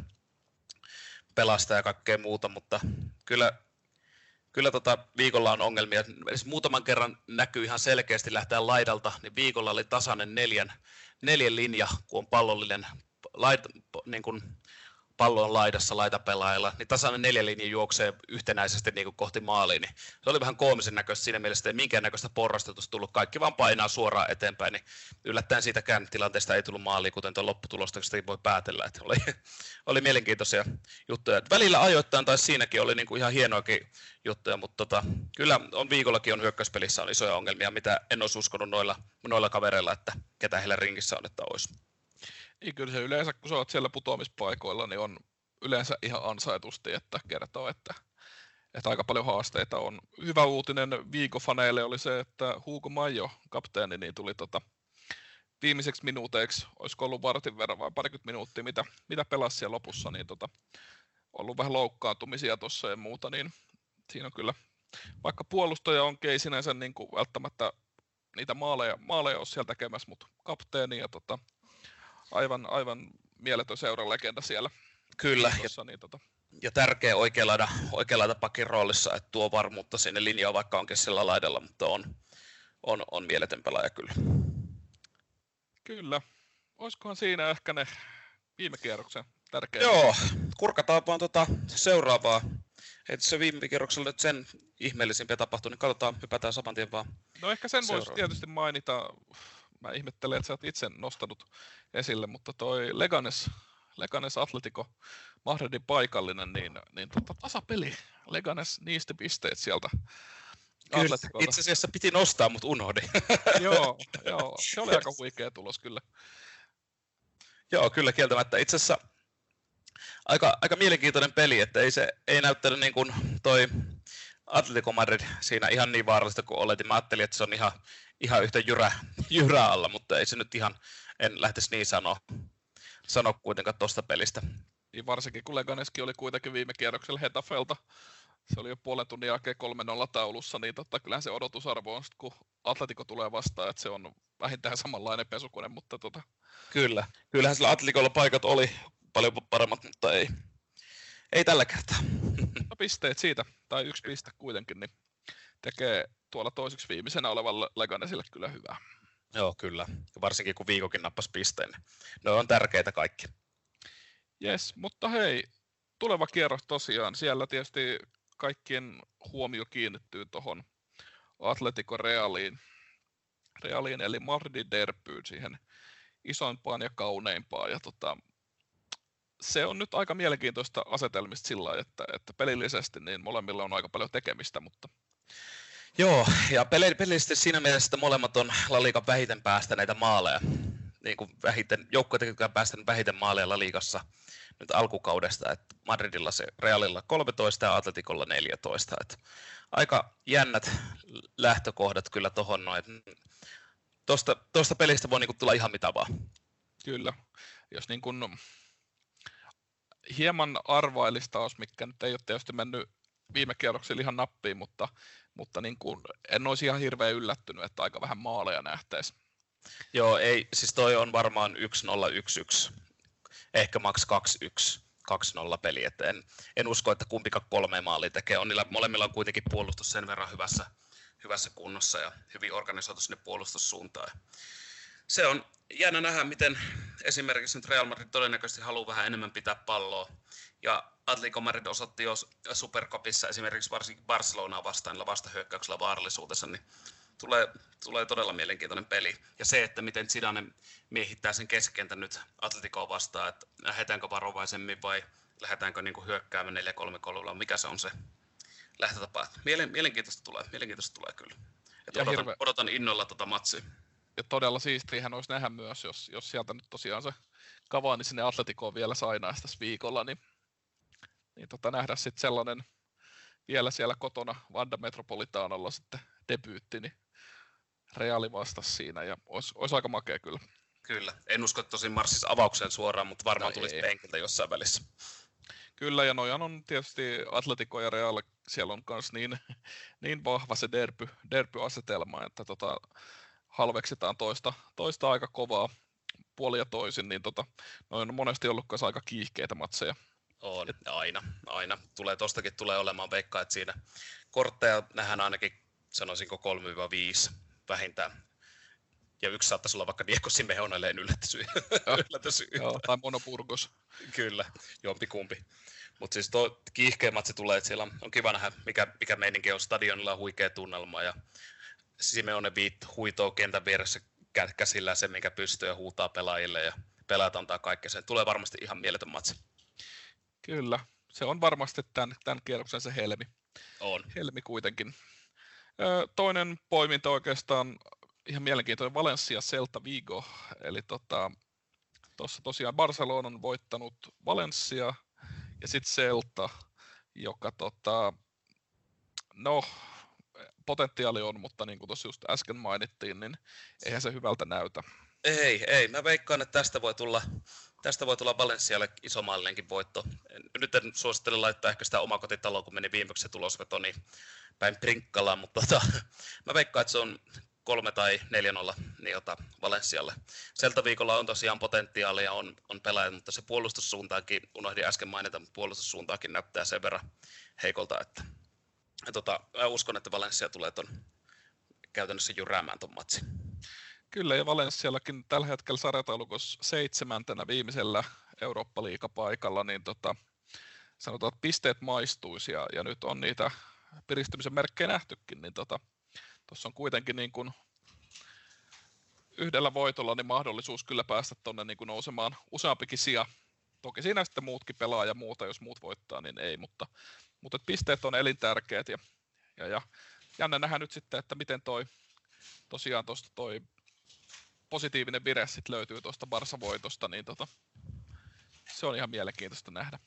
pelastaa ja kaikkea muuta, mutta kyllä, kyllä tota viikolla on ongelmia. Edes muutaman kerran näkyy ihan selkeästi lähteä laidalta, niin viikolla oli tasainen neljän, neljän linja, kun on pallollinen laid, niin kuin pallo on laidassa laitapelaajalla, niin tasainen neljä linja juoksee yhtenäisesti niin kuin kohti maaliin. Niin se oli vähän koomisen näköistä siinä mielessä, että ei minkäännäköistä porrastetusta tullut. Kaikki vaan painaa suoraan eteenpäin, niin yllättäen siitäkään tilanteesta ei tullut maaliin, kuten tuon lopputulosta voi päätellä. Että oli, oli mielenkiintoisia juttuja. Välillä ajoittain tai siinäkin oli niin kuin ihan hienoakin juttuja, mutta tota, kyllä on viikollakin on hyökkäyspelissä on isoja ongelmia, mitä en olisi uskonut noilla, noilla kavereilla, että ketä heillä ringissä on, että olisi. Niin kyllä se yleensä, kun sä oot siellä putoamispaikoilla, niin on yleensä ihan ansaitusti, että kertoo, että, että aika paljon haasteita on. Hyvä uutinen viikofaneille oli se, että Hugo Majo, kapteeni, niin tuli tota viimeiseksi minuuteiksi, olisiko ollut vartin verran vai parikymmentä minuuttia, mitä, mitä pelasi siellä lopussa, niin tota, ollut vähän loukkaantumisia tuossa ja muuta, niin siinä on kyllä, vaikka puolustaja on ei sinänsä niin kuin välttämättä niitä maaleja, maaleja ole siellä tekemässä, mutta kapteeni ja tota, Aivan, aivan mieletön seuran legenda siellä. Kyllä, Tossa, niin, tota. ja tärkeä oikeanlaita, oikeanlaita pakin roolissa, että tuo varmuutta sinne linjaan, vaikka onkin sillä laidalla, mutta on, on, on mieletön pelaaja kyllä. Kyllä. Olisikohan siinä ehkä ne viime kierroksen tärkeät? Joo, kurkataan vaan tota seuraavaa. Ei se viime kierroksella nyt sen ihmeellisimpiä tapahtuu, niin katsotaan, hypätään saman tien vaan. No ehkä sen voisi tietysti mainita. Mä ihmettelen, että sä oot itse nostanut esille, mutta toi Leganes, Leganes Atletico Madridin paikallinen, niin, niin tota, tasapeli. Leganes niistä pisteet sieltä Atleticolta. Itse asiassa piti nostaa, mutta unohdin. joo, joo, se oli aika huikea tulos kyllä. Joo, kyllä kieltämättä. Itse asiassa aika, aika mielenkiintoinen peli, että ei se ei näyttänyt niin kuin toi Atletico Madrid siinä ihan niin vaarallista kuin oletin. Mä ajattelin, että se on ihan, ihan yhtä jyrä, jyrä alla, mutta ei se nyt ihan, en lähtisi niin sanoa, sanoa kuitenkaan tuosta pelistä. Niin varsinkin kun Leganeskin oli kuitenkin viime kierroksella Hetafelta, se oli jo puolen tunnin jälkeen kolme nolla taulussa, niin totta, kyllähän se odotusarvo on, kun Atletico tulee vastaan, että se on vähintään samanlainen pesukone, mutta tota... Kyllä, kyllähän sillä Atleticolla paikat oli paljon paremmat, mutta ei, ei tällä kertaa. No pisteet siitä, tai yksi piste kuitenkin, niin tekee tuolla toiseksi viimeisenä olevalle Leganesille kyllä hyvää. Joo, kyllä. Varsinkin kun viikokin nappasi pisteen. Ne on tärkeitä kaikki. Jes, mutta hei, tuleva kierros tosiaan. Siellä tietysti kaikkien huomio kiinnittyy tuohon Atletico Realiin. Realiin eli Madridin derbyyn, siihen isoimpaan ja kauneimpaan. Ja tota, se on nyt aika mielenkiintoista asetelmista sillä lailla, että, että pelillisesti niin molemmilla on aika paljon tekemistä, mutta... Joo, ja pelillisesti siinä mielessä, että molemmat on La Ligan vähiten päästäneitä maaleja. niin kuin vähiten, joukkueita, jotka on päästänyt vähiten maaleilla liigassa nyt alkukaudesta, että Madridilla se Realilla kolmetoista ja Atleticolla neljätoista. Että aika jännät lähtökohdat kyllä tuohon noin. Tuosta, tuosta pelistä voi niin kuin tulla ihan mitä vaan. Kyllä. Jos niin kuin hieman arvailisi taas, mikä nyt ei ole tietysti mennyt viime kierroksilla ihan nappiin, mutta, mutta niin kuin en olisi ihan hirveän yllättynyt, että aika vähän maaleja nähtäisiin. Joo, ei, siis toi on varmaan yksi nolla yksi yksi, ehkä maks kaksi yksi, kaksi nolla peli, että en, en usko, että kumpikaan kolme maalia tekee. On niillä molemmilla on kuitenkin puolustus sen verran hyvässä, hyvässä kunnossa ja hyvin organisoitu sinne puolustussuuntaan. Se on jännä nähdä, miten esimerkiksi nyt Real Madrid todennäköisesti haluaa vähän enemmän pitää palloa. Ja Atletico Madrid osoitti jo Supercupissa esimerkiksi varsinkin Barcelonaa vastaan vastahyökkäyksellä vaarallisuudessa, niin tulee, tulee todella mielenkiintoinen peli. Ja se, että miten Zidane miehittää sen keskikentän nyt Atleticoa vastaan, että lähdetäänkö varovaisemmin vai lähdetäänkö niin kuin hyökkäämään neljä kolme kolme, mikä se on se lähtötapa. Mielen, mielenkiintoista tulee, mielenkiintoista tulee kyllä. Että odotan, hirve... odotan innolla tota matsia. Ja todella siistiähän olisi nähdä myös, jos, jos sieltä nyt tosiaan se Cavani sinne Atleticoon vielä sainaisi tässä viikolla, niin, niin tota nähdä sitten sellainen vielä siellä kotona Wanda Metropolitanolla sitten debyytti, niin Reali vastasi siinä ja olisi, olisi aika makea kyllä. Kyllä, en usko, että tosin marssisi avaukseen suoraan, mutta varmaan no tulisi ei. penkiltä jossain välissä. Kyllä, ja nojan on tietysti Atletico ja Real, siellä on myös niin, niin vahva se derby, derby-asetelma, että tota, halveksitaan toista, toista aika kovaa puoli ja toisin, niin tota, noin on monesti ollut myös aika kiihkeitä matseja. On, aina, aina. Tulee, tostakin tulee olemaan, veikkaa, että siinä kortteja nähdään ainakin, sanoisinko kolme viisi vähintään. Ja yksi saattaisi olla vaikka Diego Simeonelleen yllätysy. Joo, tai Monopurgos. Kyllä, jompikumpi. Mutta siis tuo kiihkeä matsi tulee, että siellä on, on kiva nähdä, mikä, mikä meininki on stadionilla, on huikea tunnelma. Ja Simeone viit huitoo kentän vieressä käsillään sen, minkä pystyy ja huutaa pelaajille. Ja pelaajat antaa kaikkea sen. Tulee varmasti ihan mieletön matsi. Kyllä, se on varmasti tämän, tämän kierroksen se helmi. On. Helmi kuitenkin. Ö, toinen poiminta oikeastaan ihan mielenkiintoinen Valencia Celta Vigo. Eli tuossa tota, tosiaan Barcelona on voittanut Valencia ja sitten Celta, joka tota, no potentiaali on, mutta niin kuin tuossa just äsken mainittiin, niin eihän se hyvältä näytä. Ei, ei. Mä veikkaan, että tästä voi tulla, tästä voi tulla Valencialle isomallinenkin voitto. Nyt en suosittele laittaa ehkä sitä omakotitaloa, kun meni viimeksi se tulosveto, niin päin prinkkalaan, mutta tota, mä veikkaan, että se on kolme tai neljä nolla niin ota Valencialle. Celta Vigolla on tosiaan potentiaalia, on, on pelaajat, mutta se puolustussuuntaakin, unohdin äsken mainita, mutta puolustussuuntaakin näyttää sen verran heikolta, että ja tota, mä uskon, että Valencia tulee ton käytännössä jyräämään ton matsin. Kyllä, ja Valenciallakin tällä hetkellä sarjataulukossa seitsemäntenä viimeisellä Eurooppa-liigapaikalla, niin tota, sanotaan, että pisteet maistuisi, ja, ja nyt on niitä piristymisen merkkejä nähtykin, niin tota, tuossa on kuitenkin niin kuin yhdellä voitolla niin mahdollisuus kyllä päästä tuonne niin kuin nousemaan useampikin sija. Toki siinä sitten muutkin pelaa ja muuta, jos muut voittaa, niin ei, mutta, mutta pisteet on elintärkeät. Ja, ja, ja jännä nähdä nyt sitten, että miten toi tosiaan tuosta toi positiivinen vire sitten löytyy tuosta Barsa-voitosta, niin tota, se on ihan mielenkiintoista nähdä.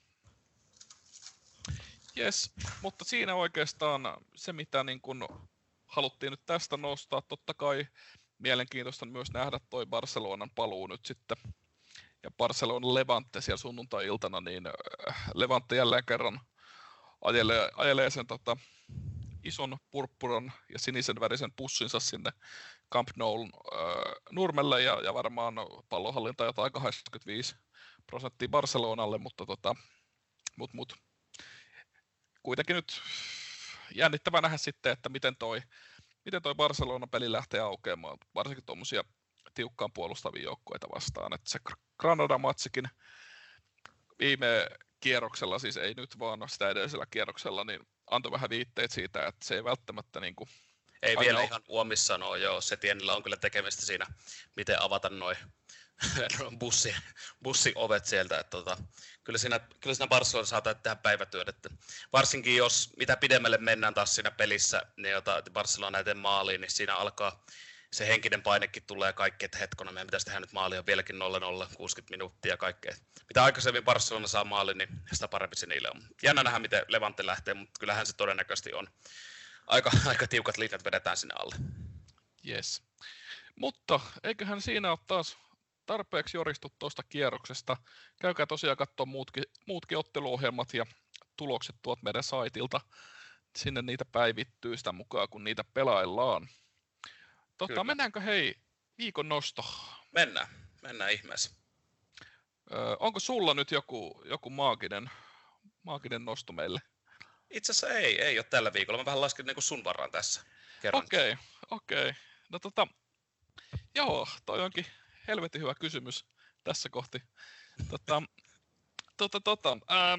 Jes, mutta siinä oikeastaan se, mitä niin kun haluttiin nyt tästä nostaa, totta kai mielenkiintoista myös nähdä toi Barcelonan paluu nyt sitten. Ja Barcelona Levante siellä sunnuntai-iltana, niin Levante jälleen kerran ajelee, ajelee sen tota, ison purppuran ja sinisen värisen pussinsa sinne Camp Noun äh, nurmelle, ja, ja varmaan pallonhallinta jotain kahdeksankymmentäviisi prosenttia Barcelonalle, mutta tota, mut, mut. kuitenkin nyt jännittävää nähdä sitten, että miten toi, miten toi Barcelona-peli lähtee aukeamaan, varsinkin tuommoisia tiukkaan puolustavia joukkueita vastaan. Että se Granada-matsikin viime kierroksella, siis ei nyt vaan sitä edellisellä kierroksella, niin antoi vähän viitteet siitä, että se ei välttämättä niin kuin ei vielä ole ihan huomissa sanoa, joo, Setienillä on kyllä tekemistä siinä, miten avata noin bussi, bussiovet sieltä, että tota, kyllä siinä, kyllä siinä Barcelona saattaa tehdä päivätyöt, että varsinkin jos mitä pidemmälle mennään taas siinä pelissä, niin jota Barcelona näiden maaliin, niin siinä alkaa se henkinen painekin tulee kaikki, että hetkona meidän pitäisi tehdä nyt maalia vieläkin nolla nolla, kuusikymmentä minuuttia ja kaikkea. Mitä aikaisemmin Barcelona saa maalin, niin sitä parempi se niille on. Jännä nähdä, miten Levante lähtee, mutta kyllähän se todennäköisesti on. Aika, aika tiukat linjat vedetään sinne alle. Yes. Mutta eiköhän siinä ole taas tarpeeksi joristut tuosta kierroksesta. Käykää tosiaan katsoa muutkin, muutkin otteluohjelmat ja tulokset tuot meidän saitilta. Sinne niitä päivittyy sitä mukaan, kun niitä pelaillaan. Tota, mennäänkö hei viikon nosto? Mennään, mennään ihmeessä. Öö, onko sulla nyt joku, joku maaginen, maaginen nosto meille? Itse asiassa ei, ei ole tällä viikolla. Mä vähän laskin niin kuin sun varaan tässä. Okei, okay, okei. Okay. No tota, joo, toi onkin helvetin hyvä kysymys tässä kohti. Tota, tota, tota, ää,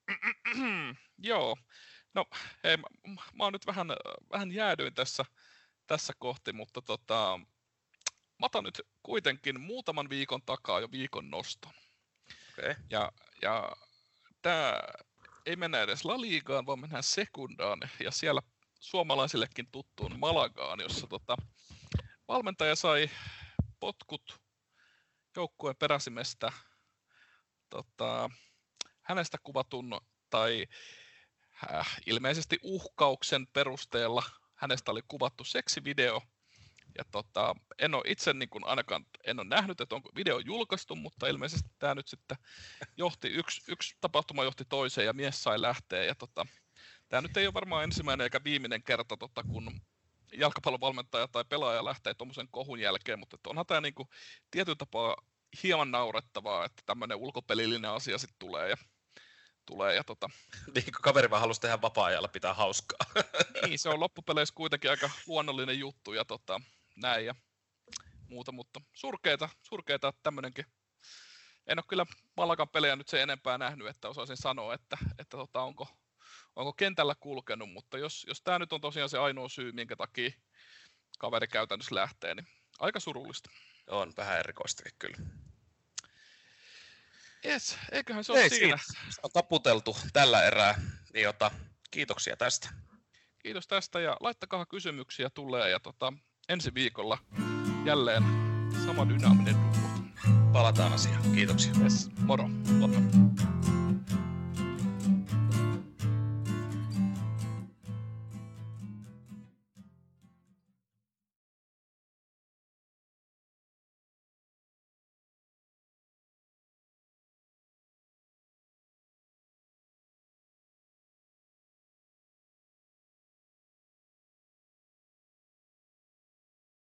joo, no hei, mä, mä oon nyt vähän, vähän jäädyin tässä, tässä kohti, mutta tota, mä otan nyt kuitenkin muutaman viikon takaa jo viikon noston. Okay. Ja, ja tää ei mennä edes La Ligaan, vaan mennään sekundaan ja siellä suomalaisillekin tuttuun Malagaan, jossa tota, valmentaja sai potkut joukkueen peräsimestä tota, hänestä kuvatun tai äh, ilmeisesti uhkauksen perusteella hänestä oli kuvattu seksivideo. Ja tota, en ole itse niin kuin ainakaan en ole nähnyt, että onko video julkaistu, mutta ilmeisesti tämä nyt sitten johti, yksi, yksi tapahtuma johti toiseen ja mies sai lähteä. Ja tota, tämä nyt ei ole varmaan ensimmäinen eikä viimeinen kerta, tota, kun jalkapallovalmentaja tai pelaaja lähtee tuommoisen kohun jälkeen, mutta onhan tämä niin kuin tietyllä tapaa hieman naurettavaa, että tämmöinen ulkopelillinen asia sitten tulee. Ja, tulee ja tota... Niin kuin kaveri vaan halusi tehdä vapaa-ajalla pitää hauskaa. Niin, se on loppupeleissä kuitenkin aika luonnollinen juttu ja tota, näin ja muuta, mutta surkeita, surkeita tämmöinenkin. En ole kyllä Malagan pelejä nyt sen enempää nähnyt, että osaisin sanoa, että, että tota, onko, onko kentällä kulkenut, mutta jos, jos tämä nyt on tosiaan se ainoa syy, minkä takia kaveri käytännössä lähtee, niin aika surullista. On vähän erikoistakin kyllä. Jes, eiköhän se ole siinä. Se on taputeltu tällä erää, niin jota, kiitoksia tästä. Kiitos tästä ja laittakaa kysymyksiä tulee ja tota, ensi viikolla jälleen sama dynaaminen duo. Palataan asiaan. Kiitoksia. Yes, moro. Moro.